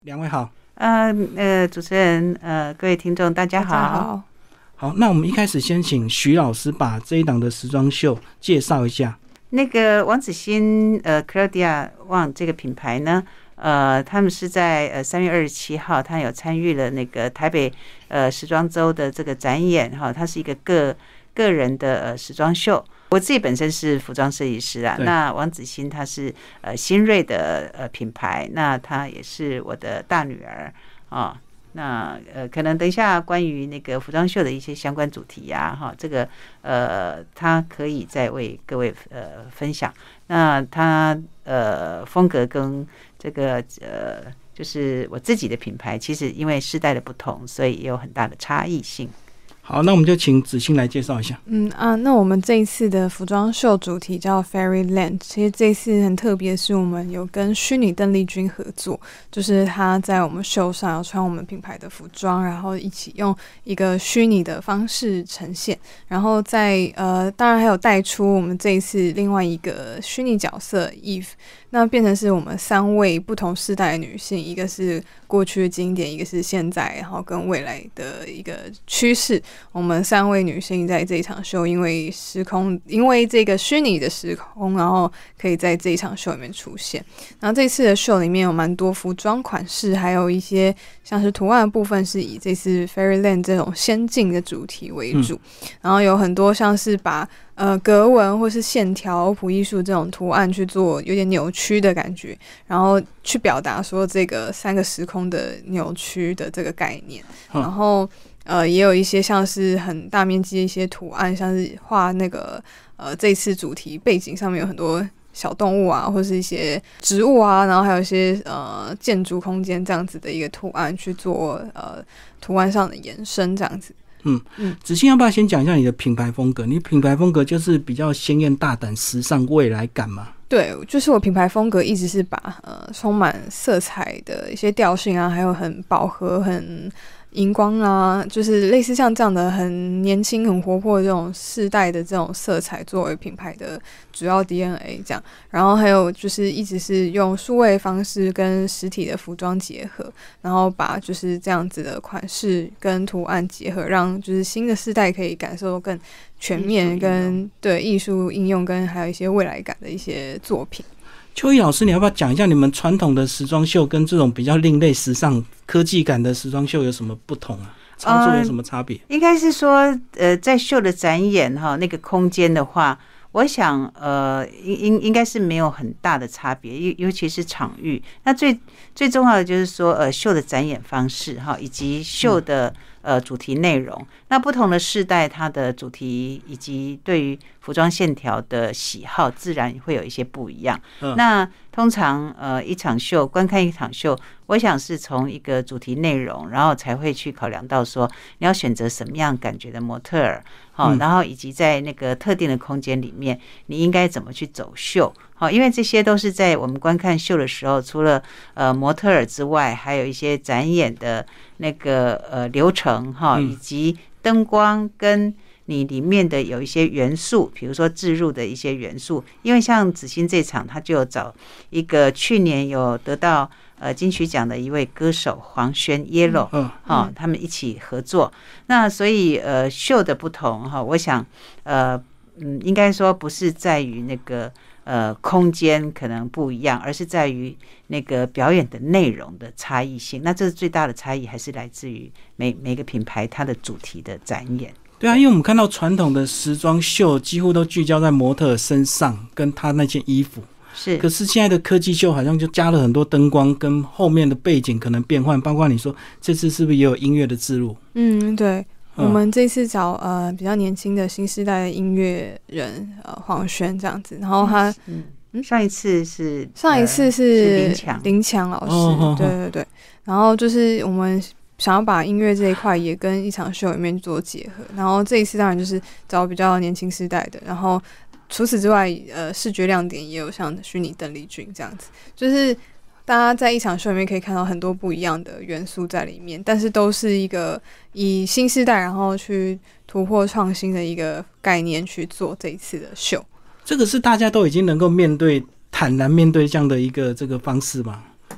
两位好。 主持人，各位听众，大家好。 大家好。 好，那我们一开始先请徐老师把这一档的时装秀介绍一下。 那个王子欣Claudia Wang 这个品牌呢，他们是在3月27号，他有参与了那个台北时装周的这个展演哈，它是一个个人的时装秀。我自己本身是服装设计师啊，那王子欣她是新锐的品牌，那她也是我的大女儿啊。那可能等一下关于那个服装秀的一些相关主题呀，哈，这个她可以再为各位分享。那她风格跟这个就是我自己的品牌，其实因为世代的不同，所以也有很大的差异性。 好，那我们就请子欣来介绍一下。 那我们这一次的服装秀主题叫 Fairyland。其实这一次很特别，是我们有跟虚拟邓丽君合作，就是她在我们秀上有穿我们品牌的服装，然后一起用一个虚拟的方式呈现，然后当然还有带出我们这一次另外一个虚拟角色 Eve。那变成是我们3位不同世代的女性，一个是过去的经典，一个是现在，然后跟未来的一个趋势。我们3位女性在这一场秀，因为这个虚拟的时空，然后可以在这一场秀里面出现。然后这次的秀里面有蛮多服装款式，还有一些像是图案的部分是以这次 Fairyland 这种先进的主题为主，然后有很多像是把格纹或是线条、欧普艺术这种图案去做有点扭曲的感觉，然后去表达说这个3个时空的扭曲的这个概念。然后也有一些像是很大面积的一些图案，像是画那个这一次主题背景上面有很多小动物啊，或是一些植物啊，然后还有一些建筑空间这样子的一个图案去做图案上的延伸这样子。 子欣要不要先讲一下你的品牌风格？你品牌风格就是比较鲜艳、大胆、时尚、未来感嘛？ 对，就是我品牌风格一直是把充满色彩的一些调性啊，还有很饱和、很荧光啊，就是类似像这样的很年轻、很活泼的这种世代的这种色彩作为品牌的主要 DNA 这样。然后还有就是一直是用数位方式跟实体的服装结合，然后把就是这样子的款式跟图案结合，让就是新的世代可以感受更全面跟对艺术应用跟还有一些未来感的一些作品。 秋怡老师，你要不要讲一下你们传统的时装秀跟这种比较另类、时尚、科技感的时装秀有什么不同啊？操作有什么差别？ 应该是说，在秀的展演哈，那个空间的话，我想应该是没有很大的差别，尤其是场域。那最重要的就是说，秀的展演方式哈，以及秀的主题内容。那不同的世代，它的主题以及对于服装线条的喜好，自然会有一些不一样。那通常观看一场秀，我想是从一个主题内容，然后才会去考量到说你要选择什么样感觉的模特儿，然后以及在那个特定的空间里面，你应该怎么去走秀。因为这些都是在我们观看秀的时候，除了模特儿之外，还有一些展演的那个流程以及灯光跟你里面的有一些元素，比如说置入的一些元素。因为像子欣这场，他就有找一个去年有得到金曲奖的一位歌手黄轩 Yellow， 他们一起合作。那所以秀的不同我想应该说不是在于那个空间可能不一样，而是在于那个表演的内容的差异性。那这是最大的差异，还是来自于每个品牌它的主题的展演。 对啊，因为我们看到传统的时装秀几乎都聚焦在模特身上跟他那件衣服，可是现在的科技秀好像就加了很多灯光，跟后面的背景可能变换，包括你说这次是不是也有音乐的置入？ 对。我们这次找比较年轻的新世代的音乐人黄轩这样子，然后他上一次是林强老师，对，然后就是我们想要把音乐这一块也跟一场秀里面做结合，然后这一次当然就是找比较年轻世代的，然后除此之外视觉亮点也有像虚拟邓丽君这样子，就是大家在一场秀里面可以看到很多不一样的元素在里面，但是都是一个以新世代然后去突破创新的一个概念去做这一次的秀。 这个是大家都已经能够坦然面对这样的一个这个方式吗？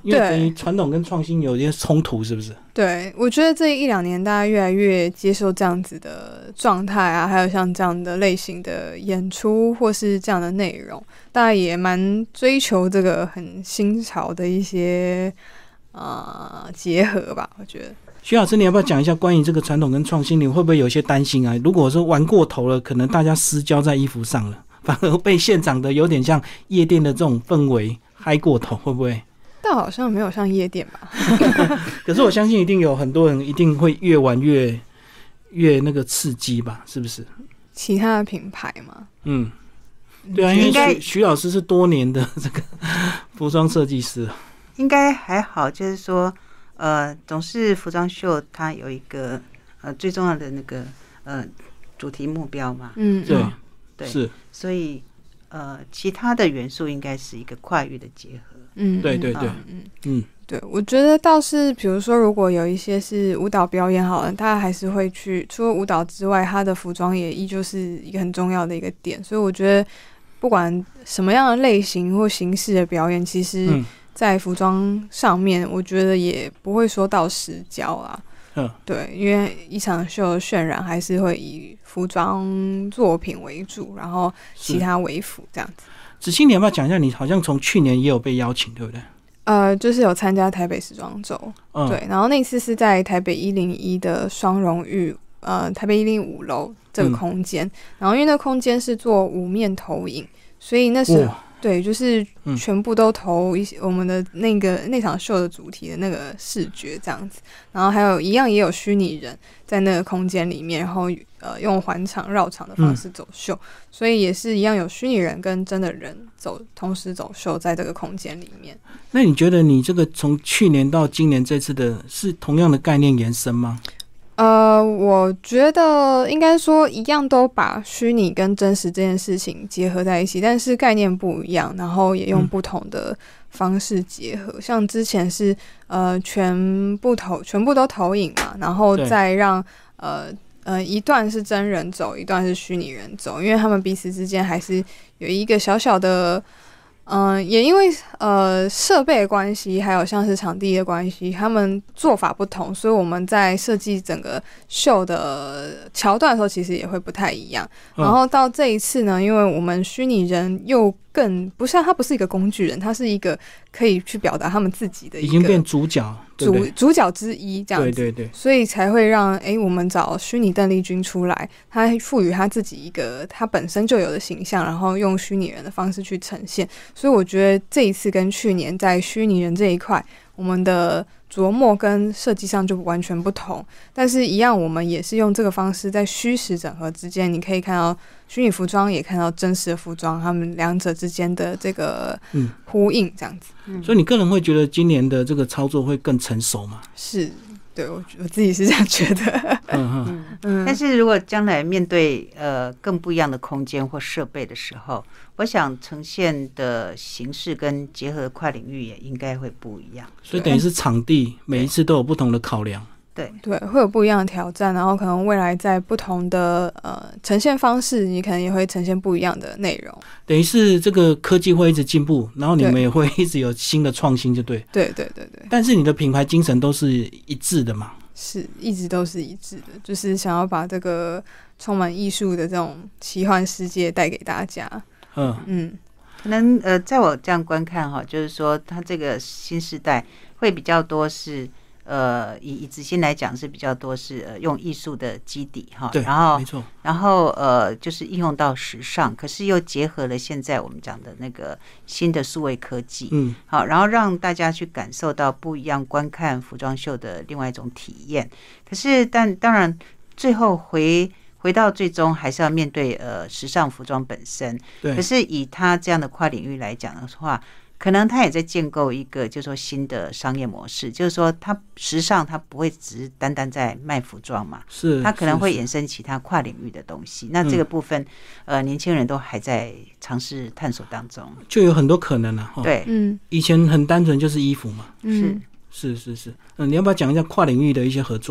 因为等于传统跟创新有一些冲突，是不是？ 对，我觉得这1-2年大家越来越接受这样子的状态啊，还有像这样的类型的演出或是这样的内容，大家也蛮追求这个很新潮的一些结合吧，我觉得。 徐老师，你要不要讲一下关于这个传统跟创新，你会不会有些担心啊？如果说玩过头了，可能大家失焦在衣服上了，反而被现场的有点像夜店的这种氛围嗨过头，会不会？ 但好像没有像夜店吧。 可是我相信一定有很多人一定会越玩越那个刺激吧，是不是？ 其他的品牌嘛。 对啊，因为徐老师是多年的这个服装设计师， 应该还好，就是说总是服装秀它有一个最重要的那个主题目标嘛。对，是，所以其他的元素应该是一个跨域的结合。 对， 对，我觉得倒是，比如说，如果有一些是舞蹈表演好了，大家还是会去，除了舞蹈之外，他的服装也依旧是一个很重要的一个点。所以我觉得，不管什么样的类型或形式的表演，其实在服装上面，我觉得也不会说到失焦啊。对，因为一场秀的渲染还是会以服装作品为主，然后其他为辅这样子。 子清，你要不要讲一下？你好像从去年也有被邀请，对不对？ 就是有参加台北时装周，对，然后那次是在台北101的双荣誉，台北105楼这个空间，然后因为那空间是做5面投影，所以那时候对，就是全部都投一些我们的那场秀的主题的那个视觉这样子，然后还有一样也有虚拟人在那个空间里面，然后用环场绕场的方式走秀，所以也是一样有虚拟人跟真的人同时走秀在这个空间里面。 那你觉得你这个从去年到今年这次的是同样的概念延伸吗？ 我觉得应该说一样，都把虚拟跟真实这件事情结合在一起，但是概念不一样，然后也用不同的方式结合。像之前是全部都投影嘛，然后再让一段是真人走，一段是虚拟人走，因为他们彼此之间还是有一个小小的。也因为设备的关系，还有像是场地的关系，他们做法不同，所以我们在设计整个秀的桥段的时候，其实也会不太一样。然后到这一次呢，因为我们虚拟人又更不像，他不是一个工具人，他是一个可以去表达他们自己的一个， 已经变主角， 主角之一这样子。对，所以才会让我们找虚拟邓丽君出来，他赋予他自己一个他本身就有的形象，然后用虚拟人的方式去呈现。所以我觉得这一次跟去年在虚拟人这一块，我们的琢磨跟设计上就完全不同，但是一样我们也是用这个方式在虚实整合之间，你可以看到虚拟服装也看到真实的服装，他们两者之间的这个呼应这样子。 所以你个人会觉得今年的这个操作会更成熟吗？ 是，对，我自己是这样觉得。 但是如果将来面对更不一样的空间或设备的时候，我想呈现的形式跟结合的跨领域也应该会不一样。 所以等于是场地每一次都有不同的考量。 对， 会有不一样的挑战，然后可能未来在不同的呈现方式，你可能也会呈现不一样的内容。 等于是这个科技会一直进步，然后你们也会一直有新的创新，就对。 对。 但是你的品牌精神都是一致的嘛？ 是，一直都是一致的，就是想要把这个充满艺术的这种奇幻世界带给大家。 可能在我这样观看哈，就是说它这个新时代会比较多是以子欣来讲是比较多是用艺术的基底哈，然后就是应用到时尚，可是又结合了现在我们讲的那个新的数位科技，好，然后让大家去感受到不一样观看服装秀的另外一种体验。可是当然最后回到最终还是要面对时尚服装本身，可是以它这样的跨领域来讲的话，可能他也在建构一个就是说新的商业模式，就是说它时尚它不会只是单单在卖服装嘛，它可能会衍生其他跨领域的东西。那这个部分年轻人都还在尝试探索当中， 就有很多可能啊。 对， 以前很单纯就是衣服嘛， 是。 你要不要讲一下跨领域的一些合作？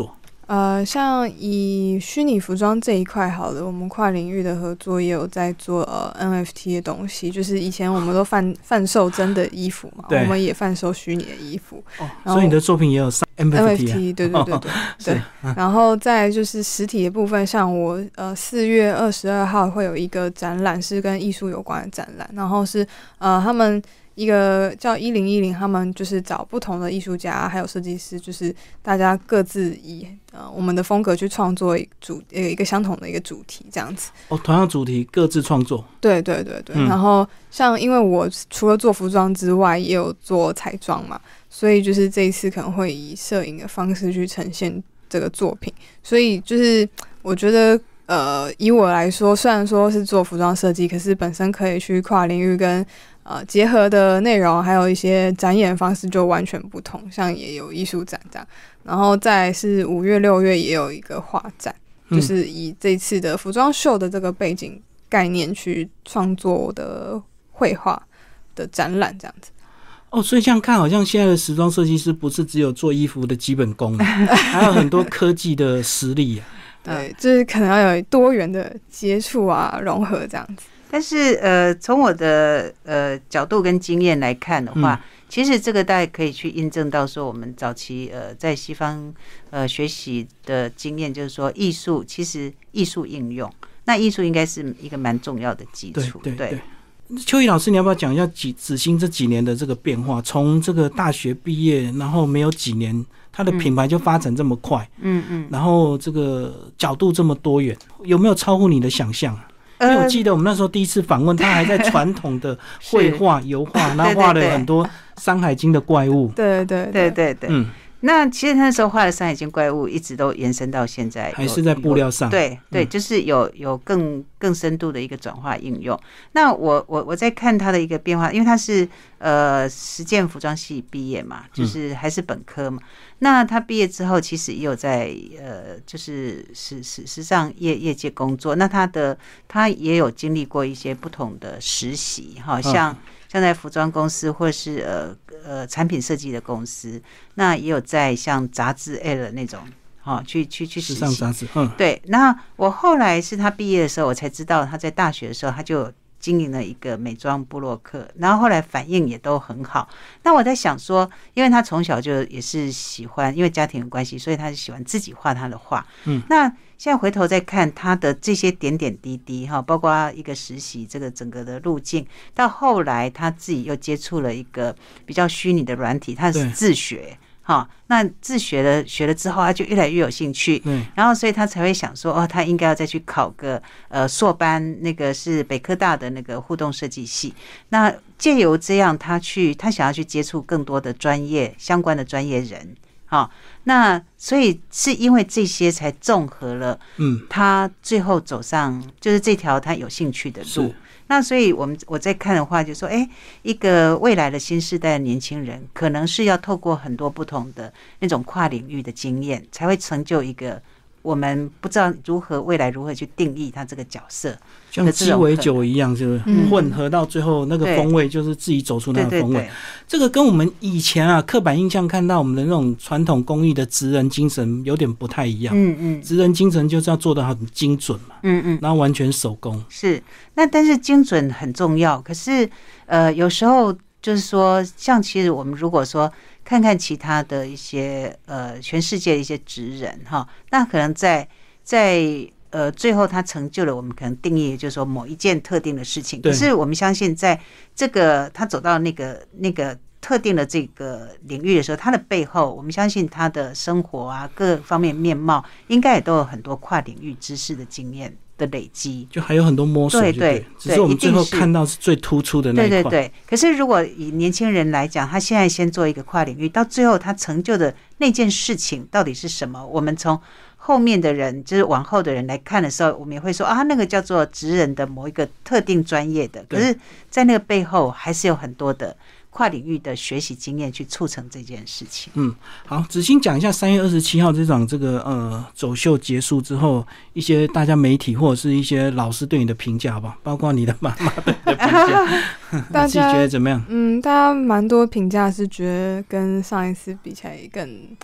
像以虚拟服装这一块好了，我们跨领域的合作也有在做NFT 的东西，就是以前我们都贩售真的衣服嘛，我们也贩售虚拟的衣服。 所以你的作品也有上 NFT， 对对对对对。然后再就是实体的部分，像我4月22号会有一个展览，是跟艺术有关的展览，然后是他们一个叫1010，他们就是找不同的艺术家还有设计师，就是大家各自以我们的风格去创作一个相同的一个主题这样子。 同样主题各自创作。对对对对。然后像因为我除了做服装之外，也有做彩妆嘛，所以就是这一次可能会以摄影的方式去呈现这个作品。所以就是我觉得以我来说，虽然说是做服装设计，可是本身可以去跨领域跟结合的内容，还有一些展演方式就完全不同，像也有艺术展这样，然后再来是5月6月也有一个画展，就是以这次的服装秀的这个背景概念去创作我的绘画的展览这样子。 所以这样看，好像现在的时装设计师不是只有做衣服的基本功，还有很多科技的实力啊。 对，就是可能要有多元的接触啊，融合这样子。 但是从我的角度跟经验来看的话，其实这个大概可以去印证到说，我们早期在西方学习的经验，就是说其实艺术应用，那艺术应该是一个蛮重要的基础。对。 邱毅老师，你要不要讲一下子欣这几年的这个变化？从这个大学毕业，然后没有几年，他的品牌就发展这么快，然后这个角度这么多元，有没有超乎你的想象？因为我记得我们那时候第一次访问他，还在传统的绘画、油画，然后画了很多《山海经》的怪物。 对对对对对。那其实那时候画的山海经怪物一直都延伸到现在， 还是在布料上。 对对，就是有更深度的一个转化应用。那我在看他的一个变化，因为他是实践服装系毕业嘛，就是还是本科嘛。那他毕业之后，其实也有在就是时尚业界工作。那他也有经历过一些不同的实习，哈，像在服装公司或是产品设计的公司，那也有在像杂志 L 那种去时尚杂志。 对。那我后来是他毕业的时候，我才知道他在大学的时候他就经营了一个美妆部落客，然后后来反应也都很好。那我在想说，因为他从小就也是喜欢，因为家庭的关系，所以他是喜欢自己画他的画。那现在回头再看他的这些点点滴滴包括一个实习这个整个的路径，到后来他自己又接触了一个比较虚拟的软体，他是自学。那自学了之后，他就越来越有兴趣，然后所以他才会想说，他应该要再去考个硕班，那个是北科大的那个互动设计系。那借由这样，他想要去接触更多的相关的专业人。那所以是因为这些才综合了，他最后走上就是这条他有兴趣的路。那所以我在看的话，就说，一个未来的新世代的年轻人，可能是要透过很多不同的那种跨领域的经验，才会成就一个我们不知道未来如何去定义他这个角色， 像鸡尾酒一样，就是混合到最后那个风味，就是自己走出那个风味。这个跟我们以前刻板印象看到我们的那种传统工艺的职人精神有点不太一样。职人精神就是要做得很精准嘛。然后完全手工。是， 那但是精准很重要，可是有时候就是说，像其实我们如果说看看其他的一些全世界的一些职人那可能在最后他成就了我们可能定义就是说某一件特定的事情，可是我们相信在这个他走到那个特定的这个领域的时候，他的背后我们相信他的生活啊各方面面貌应该也都有很多跨领域知识的经验的累积， 就还有很多摸索。对，只是我们最后看到是最突出的那一块。 对。可是如果以年轻人来讲，他现在先做一个跨领域，到最后他成就的那件事情到底是什么，我们从后面的人就是往后的人来看的时候，我们也会说那个叫做职人的某一个特定专业的，可是在那个背后还是有很多的跨领域的学习经验去促成这件事情。 好，子欣讲一下3月27号这场这个走秀结束之后，一些大家媒体或者是一些老师对你的评价吧，包括你的妈妈对你的评价，大家自己觉得怎么样？ 大家蛮多评价是觉得跟上一次比起来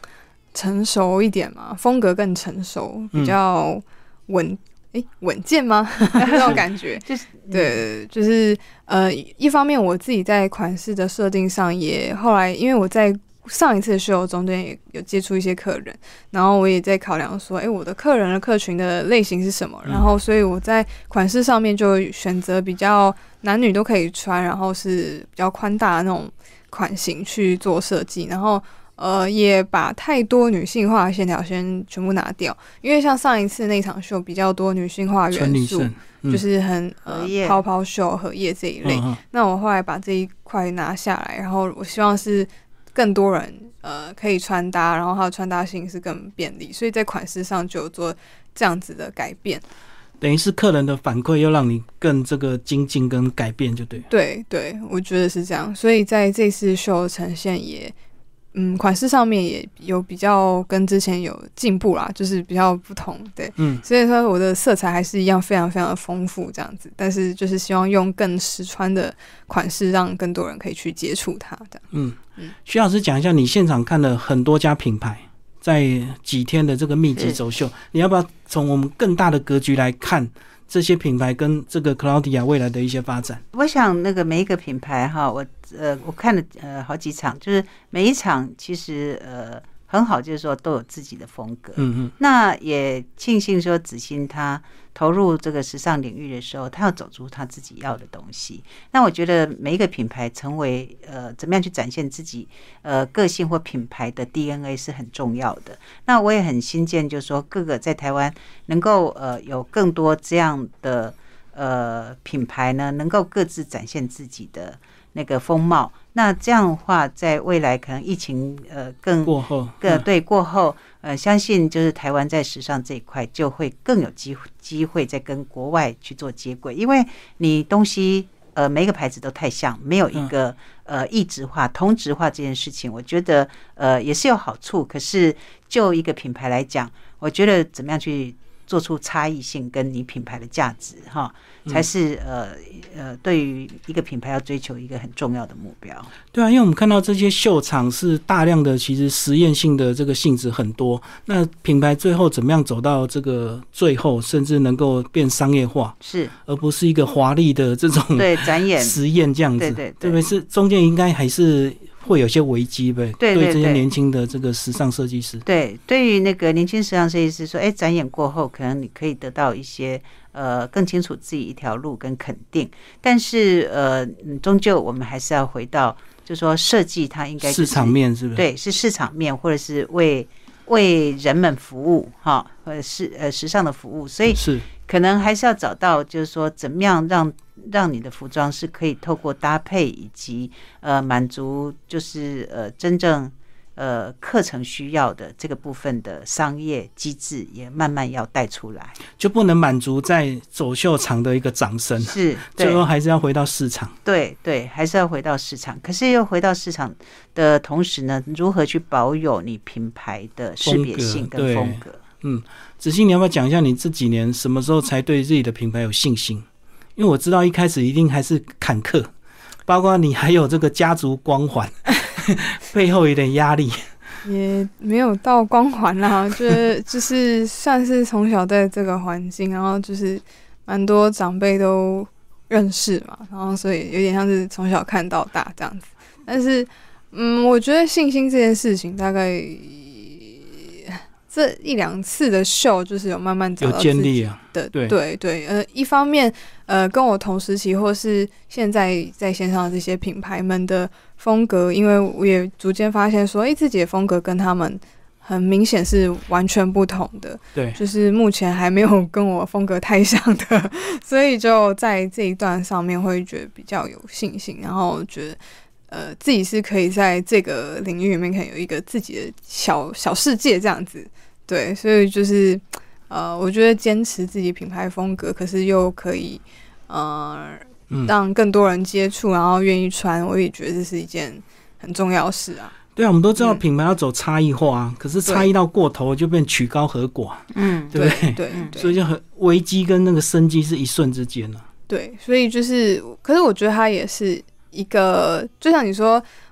成熟一点嘛，风格更成熟，比较稳健吗？这种感觉，就是对，就是一方面我自己在款式的设定上也后来，因为我在上一次的秀中间也有接触一些客人，然后我也在考量说，我的客人的客群的类型是什么，然后所以我在款式上面就选择比较男女都可以穿，然后是比较宽大的那种款型去做设计，然后也把太多女性化的线条先全部拿掉，因为像上一次那场秀比较多女性化元素，就是很泡泡袖、荷叶这一类。那我后来把这一块拿下来，然后我希望是更多人可以穿搭，然后它的穿搭性是更便利，所以在款式上就有做这样子的改变。 等于是客人的反馈又让你更这个精进跟改变，就对。 对，我觉得是这样。所以在这次秀呈现也。款式上面也有比较跟之前有进步啦，就是比较不同，对，所以说我的色彩还是一样非常非常的丰富这样子，但是就是希望用更实穿的款式，让更多人可以去接触它这样。 徐老师讲一下，你现场看了很多家品牌，在几天的这个密集走秀，你要不要从我们更大的格局来看？这些品牌跟这个 Claudia 未来的一些发展， 我想那个每一个品牌哈，我看了好几场，就是每一场其实很好，就是说都有自己的风格。那也庆幸说子欣他投入这个时尚领域的时候，他要走出他自己要的东西。那我觉得每一个品牌成为怎么样去展现自己个性或品牌的 DNA 是很重要的。那我也很新建，就是说各个在台湾能够有更多这样的品牌呢，能够各自展现自己的那个风貌。那这样的话，在未来可能疫情更过后， 对过后，相信就是台湾在时尚这一块就会更有机会再跟国外去做接轨，因为你东西每一个牌子都太像，没有一个异质化、同质化这件事情，我觉得也是有好处。可是就一个品牌来讲，我觉得怎么样去做出差异性跟你品牌的价值哈，才是对于一个品牌要追求一个很重要的目标。 对啊，因为我们看到这些秀场是大量的，其实实验性的这个性质很多。那品牌最后怎么样走到这个最后，甚至能够变商业化， 是而不是一个华丽的这种对展演实验这样子，对不对？是中间应该还是会有些危机呗，对这些年轻的这个时尚设计师。对于那个年轻时尚设计师说，展演过后可能你可以得到一些更清楚自己一条路跟肯定，但是终究我们还是要回到，就是说设计它应该、就是、 市场面是不是？ 对，是市场面，或者是为人们服务哈，或者是时尚的服务，所以是可能还是要找到，就是说怎么样让你的服装是可以透过搭配以及满足就是真正课程需要的这个部分的商业机制也慢慢要带出来， 就不能满足在走秀场的一个掌声， 是最后还是要回到市场。对， 还是要回到市场。可是又回到市场的同时呢，如何去保有你品牌的识别性跟风格？ 子欣，你要不要讲一下你这几年什么时候才对自己的品牌有信心？因为我知道一开始一定还是坎坷，包括你还有这个家族光环背后有点压力。 也没有到光环啦，就是算是从小在这个环境，然后就是蛮多长辈都认识嘛，然后所以有点像是从小看到大这样子。但是我觉得信心这件事情大概这一两次的秀就是有慢慢找到自己的，有建立啊，对，一方面跟我同时期或是现在在线上的这些品牌们的风格，因为我也逐渐发现说，自己的风格跟他们很明显是完全不同的，对，就是目前还没有跟我风格太像的，所以就在这一段上面会觉得比较有信心，然后觉得自己是可以在这个领域里面可以有一个自己的小世界这样子，对，所以就是我觉得坚持自己品牌风格，可是又可以让更多人接触，然后愿意穿，我也觉得这是一件很重要的事啊。 对啊，我们都知道品牌要走差异化可是差异到过头就变曲高和寡，对不对？对，所以就很危机跟那个生机是一瞬之间了。 对，所以就是，可是我觉得它也是一个，就像你说，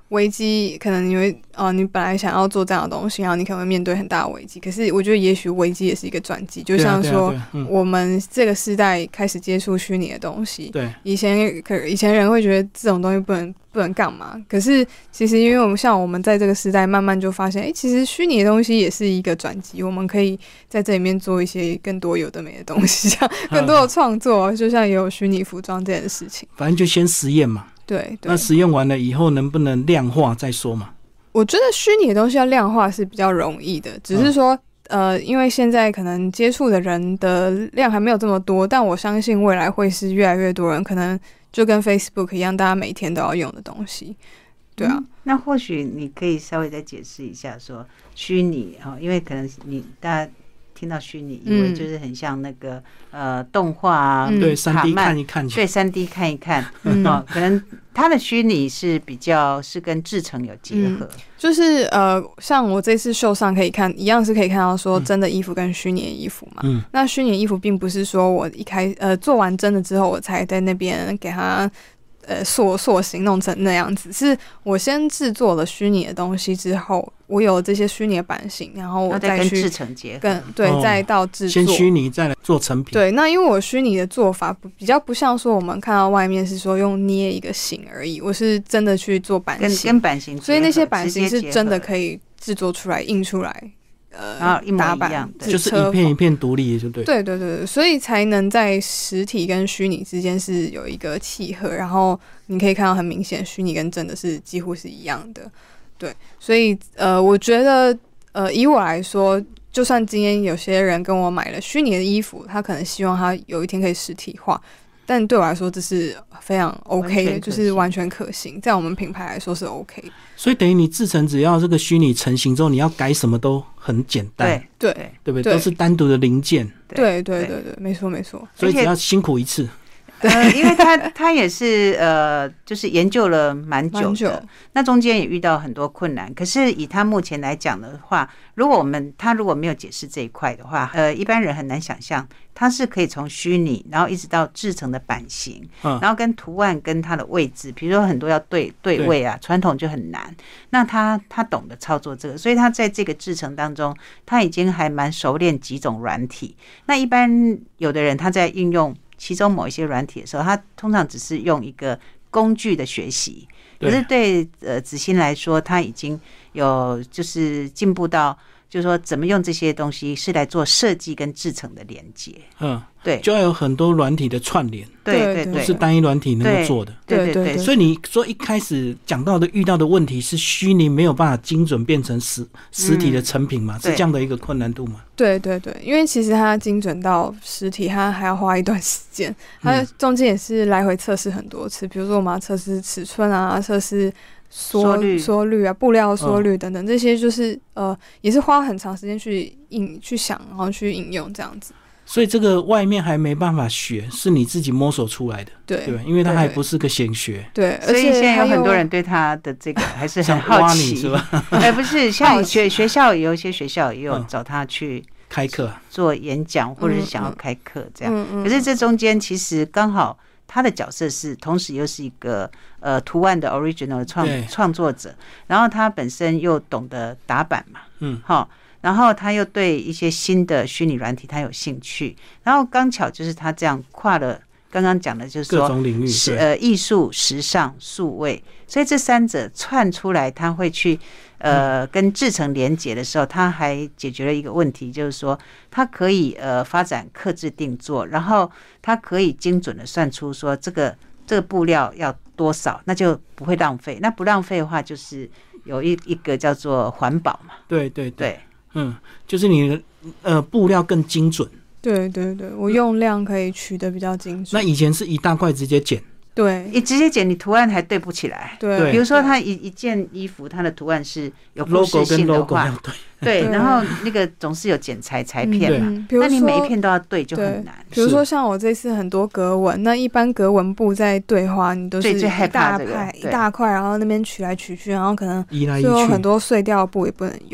危机可能你会你本来想要做这样的东西，然后你可能会面对很大的危机，可是我觉得也许危机也是一个转机，就像说我们这个世代开始接触虚拟的东西， 对， 以前人会觉得这种东西不能干嘛，可是其实因为我们在这个时代慢慢就发现，其实虚拟的东西也是一个转机，我们可以在这里面做一些更多有的没的东西，这样更多的创作，就像也有虚拟服装这件事情， 反正就先实验嘛。 对， 那实验完了以后能不能量化再说嘛？ 我觉得虚拟的东西要量化是比较容易的，只是说因为现在可能接触的人的量还没有这么多，但我相信未来会是越来越多人可能就跟 Facebook 一样，大家每天都要用的东西。对啊， 那或许你可以稍微再解释一下说虚拟因为可能大家听到虚拟以为就是很像那个动画啊， 对 3D 看一看， 对 3D 看一看，可能它的虚拟是比较是跟制成有结合， 就是像我这次秀上可以看一样是可以看到说真的衣服跟虚拟的衣服嘛，那虚拟的衣服并不是说我做完真的之后我才在那边给它塑形弄成那样子，是我先制作了虚拟的东西之后，我有这些虚拟的版型，然后我再去跟制成结合， 再到制作， 先虚拟再来做成品。 对，那因为我虚拟的做法比较不像说我们看到外面是说用捏一个形而已，我是真的去做版型， 跟版型， 所以那些版型是真的可以制作出来、印出来。 然后一模一样的， 就是一片一片独立，就对。 对，所以才能在实体跟虚拟之间是有一个契合，然后你可以看到很明显，虚拟跟真的是几乎是一样的。对，所以我觉得以我来说，就算今天有些人跟我买了虚拟的衣服，他可能希望他有一天可以实体化。但对我来说这是非常 OK 的，就是完全可行，在我们品牌来说是 OK。 所以等于你制成只要这个虚拟成型之后，你要改什么都很简单， 对不对？都是单独的零件， 对，没错。 所以只要辛苦一次。 因为他也是就是研究了蛮久的，那中间也遇到很多困难。可是以他目前来讲的话，他如果没有解释这一块的话，一般人很难想象他是可以从虚拟，然后一直到制成的版型，然后跟图案跟它的位置，比如说很多要对位啊，传统就很难。那他懂得操作这个，所以他在这个制成当中，他已经还蛮熟练几种软体。那一般有的人他在运用其中某一些软体的时候，他通常只是用一个工具的学习，可是对子欣来说，他已经有就是进步到，就是说怎么用这些东西是来做设计跟制成的连接。对， 就要有很多软体的串联， 对， 不是单一软体能够做的。 对。 所以你说一开始讲到的遇到的问题是虚拟没有办法精准变成实体的成品嘛？是这样的一个困难度吗？ 对，因为其实它精准到实体，它还要花一段时间，它中间也是来回测试很多次。比如说我们要测试尺寸啊，测试缩率啊，布料缩率等等，这些就是也是花很长时间去想，然后去应用这样子。 所以这个外面还没办法学，是你自己摸索出来的，对吧？因为它还不是个显学， 对。 所以现在有很多人对他的这个还是很好奇， 是吧？ 不是，像学校有一些学校也有找他去开课、 做演讲，或者是想要开课这样。可是这中间其实刚好他的角色是，同时又是一个图案的 original 的创作者，然后他本身又懂得打版嘛，然后他又对一些新的虚拟软体他有兴趣，然后刚巧就是他这样跨了刚刚讲的就是说各种领域， 艺术、时尚、数位，所以这三者串出来，他会去跟制成连结的时候，他还解决了一个问题，就是说他可以发展客制定做，然后他可以精准的算出说这个布料要多少，那就不会浪费。那不浪费的话，就是有一个叫做环保嘛。 对，就是你的布料更精准。 对，我用量可以取得比较精准。 那以前是一大块直接剪， 对， 你直接剪，你图案还对不起来。 对， 比如说它一件衣服，它的图案是有故事性的话，对，然后那个总是有剪裁片嘛，那你每一片都要对，就很难。 比如说像我这次很多格纹，那一般格纹布在对花，你都是一大块，然后那边取来取去，然后可能最后很多碎掉的布也不能用。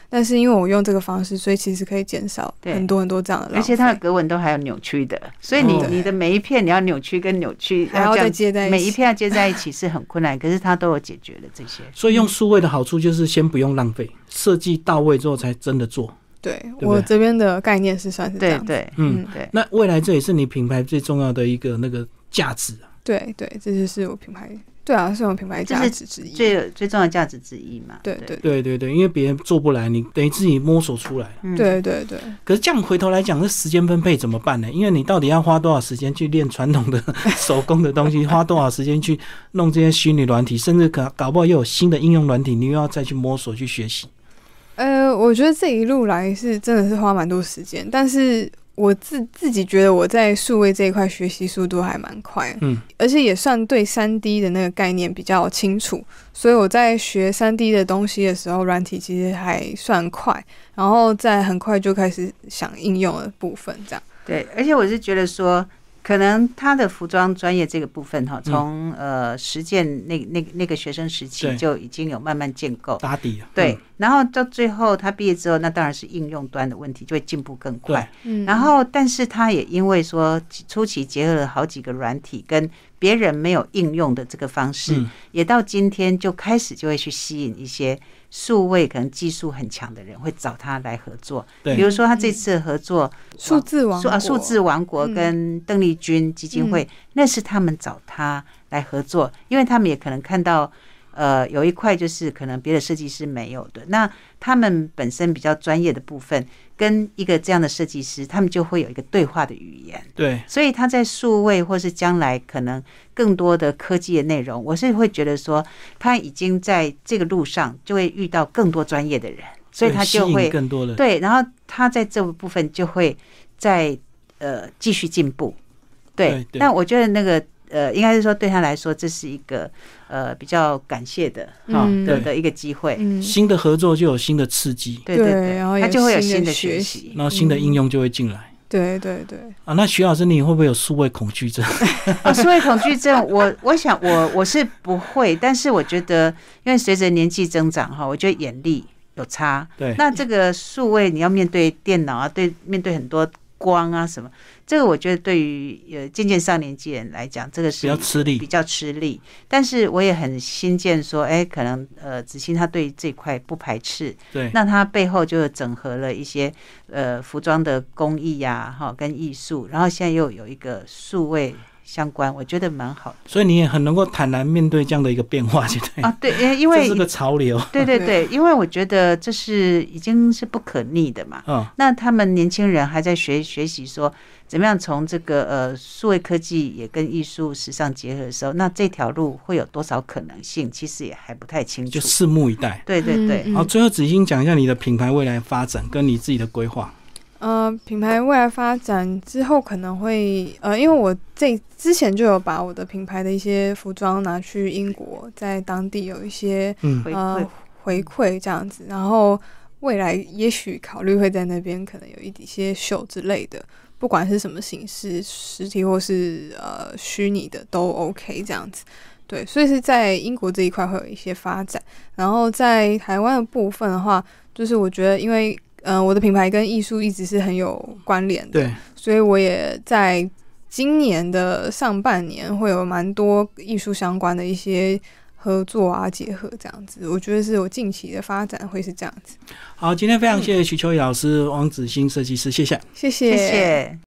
但是因为我用这个方式，所以其实可以减少很多很多这样的浪费， 而且它的格纹都还有扭曲的，所以你的每一片你要扭曲跟扭曲还要再接在一起， 每一片要接在一起是很困难，可是它都有解决了这些。 所以用数位的好处就是先不用浪费，设计到位之后才真的做。 对，我这边的概念是算是这样子。 对， 对。那未来这也是你品牌最重要的一个那个价值啊。 对，这就是我品牌。对啊，是我品牌价值之一， 最重要的价值之一嘛。 对， 因为别人做不来，你等于自己摸索出来。 对。 可是这样回头来讲，这时间分配怎么办呢？因为你到底要花多少时间去练传统的手工的东西，花多少时间去弄这些虚拟软体，甚至搞不好又有新的应用软体，你又要再去摸索去学习。 我觉得这一路来是真的是花蛮多时间，但是我自己觉得我在数位这一块学习速度还蛮快，而且也算对 3D 的那个概念比较清楚，所以我在学 3D 的东西的时候，软体其实还算快，然后再很快就开始想应用的部分这样。 对，而且我是觉得说，可能他的服装专业这个部分哈，从实践那个学生时期就已经有慢慢建构打底了。 对，然后到最后他毕业之后，那当然是应用端的问题就会进步更快。然后但是他也因为说初期结合了好几个软体跟别人没有应用的这个方式，也到今天就开始就会去吸引一些数位可能技术很强的人会找他来合作。比如说他这次合作数字王国跟邓丽君基金会，那是他们找他来合作，因为他们也可能看到有一块就是可能别的设计师没有的，那他们本身比较专业的部分跟一个这样的设计师，他们就会有一个对话的语言。 对， 所以他在数位或是将来可能更多的科技的内容，我是会觉得说他已经在这个路上就会遇到更多专业的人，所以他就会更多的对，然后他在这部分就会再继续进步。对，那我觉得那个应该是说对他来说，这是一个比较感谢的的一个机会。 新的合作就有新的刺激， 对，然后他就会有新的学习， 然后新的应用就会进来。 对啊，那徐老师，你会不会有数位恐惧症？ 数位恐惧症，我想我是不会，但是我觉得，因为随着年纪增长哈，我觉得眼力有差。 对， 那这个数位你要面对电脑啊，面对很多光啊什么，这个我觉得对于渐上年纪人来讲，这个是比较吃力。但是我也很新见说，可能子欣他对这一块不排斥。 对， 那他背后就整合了一些服装的工艺呀，跟艺术，然后现在又有一个数位相关，我觉得蛮好的。 所以你也很能够坦然面对这样的一个变化，对啊，对，因为这是个潮流。 对，因为我觉得这是已经是不可逆的嘛。那他们年轻人还在学习说怎么样从这个数位科技也跟艺术时尚结合的时候，那这条路会有多少可能性，其实也还不太清楚， 就拭目以待。 对。 好，最后子欣讲一下你的品牌未来发展跟你自己的规划。 品牌未来发展之后可能会因为我之前就有把我的品牌的一些服装拿去英国，在当地有一些回馈这样子，然后未来也许考虑会在那边可能有一些秀之类的，不管是什么形式，实体或是虚拟的都 OK 这样子。对，所以是在英国这一块会有一些发展，然后在台湾的部分的话，就是我觉得因为我的品牌跟艺术一直是很有关联的， 对， 所以我也在今年的上半年会有蛮多艺术相关的一些合作啊结合这样子，我觉得是我近期的发展会是这样子。 好，今天非常谢谢徐秋怡老师、王子欣设计师，谢谢。